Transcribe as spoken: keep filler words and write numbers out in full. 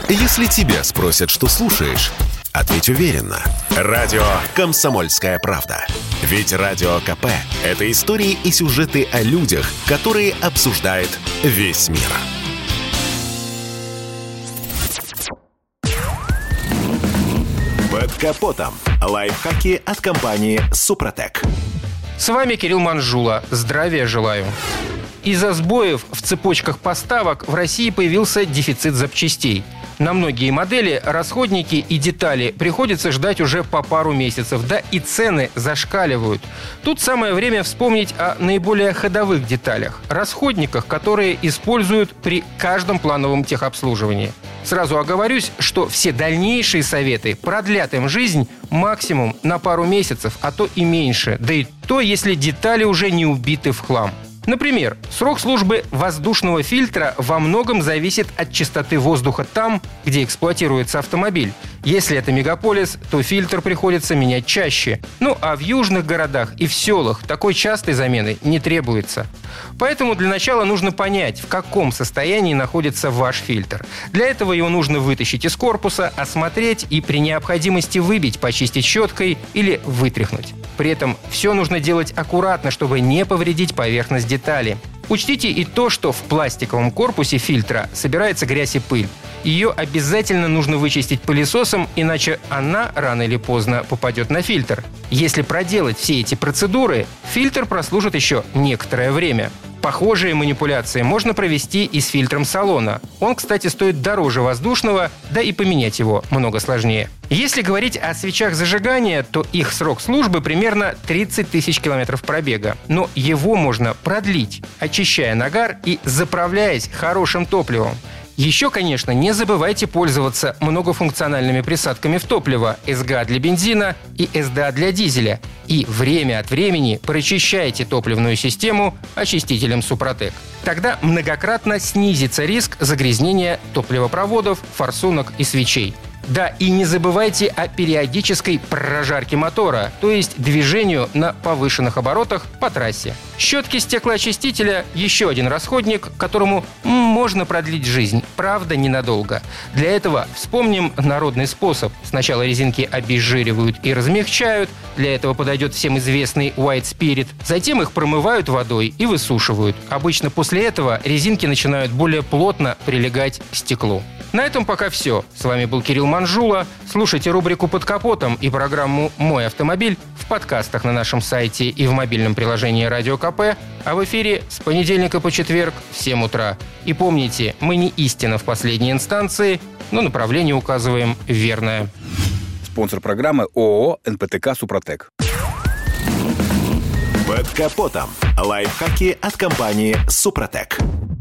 Если тебя спросят, что слушаешь, ответь уверенно. Радио «Комсомольская правда». Ведь Радио КП – это истории и сюжеты о людях, которые обсуждает весь мир. Под капотом. Лайфхаки от компании «Супротек». С вами Кирилл Манжула. Здравия желаю. Из-за сбоев в цепочках поставок в России появился дефицит запчастей. На многие модели расходники и детали приходится ждать уже по пару месяцев, да и цены зашкаливают. Тут самое время вспомнить о наиболее ходовых деталях, расходниках, которые используют при каждом плановом техобслуживании. Сразу оговорюсь, что все дальнейшие советы продлят им жизнь максимум на пару месяцев, а то и меньше, да и то, если детали уже не убиты в хлам. Например, срок службы воздушного фильтра во многом зависит от частоты воздуха там, где эксплуатируется автомобиль. Если это мегаполис, то фильтр приходится менять чаще. Ну а в южных городах и в селах такой частой замены не требуется. Поэтому для начала нужно понять, в каком состоянии находится ваш фильтр. Для этого его нужно вытащить из корпуса, осмотреть и при необходимости выбить, почистить щеткой или вытряхнуть. При этом все нужно делать аккуратно, чтобы не повредить поверхность детали. Учтите и то, что в пластиковом корпусе фильтра собирается грязь и пыль. Ее обязательно нужно вычистить пылесосом, иначе она рано или поздно попадет на фильтр. Если проделать все эти процедуры, фильтр прослужит еще некоторое время. Похожие манипуляции можно провести и с фильтром салона. Он, кстати, стоит дороже воздушного, да и поменять его много сложнее. Если говорить о свечах зажигания, то их срок службы примерно тридцать тысяч километров пробега. Но его можно продлить, очищая нагар и заправляясь хорошим топливом. Еще, конечно, не забывайте пользоваться многофункциональными присадками в топливо эс гэ а для бензина и эс дэ а для дизеля. И время от времени прочищайте топливную систему очистителем Супротек. Тогда многократно снизится риск загрязнения топливопроводов, форсунок и свечей. Да, и не забывайте о периодической прожарке мотора, то есть движению на повышенных оборотах по трассе. Щетки стеклоочистителя – еще один расходник, которому можно продлить жизнь, правда, ненадолго. Для этого вспомним народный способ. Сначала резинки обезжиривают и размягчают, для этого подойдет всем известный White Spirit. Затем их промывают водой и высушивают. Обычно после этого резинки начинают более плотно прилегать к стеклу. На этом пока все. С вами был Кирилл Манжула. Слушайте рубрику «Под капотом» и программу «Мой автомобиль» в подкастах на нашем сайте и в мобильном приложении Радио КП, а в эфире с понедельника по четверг в семь утра. И помните, мы не истина в последней инстанции, но направление указываем верное. Спонсор программы ООО эн пэ тэ ка «Супротек». Под капотом. Лайфхаки от компании «Супротек».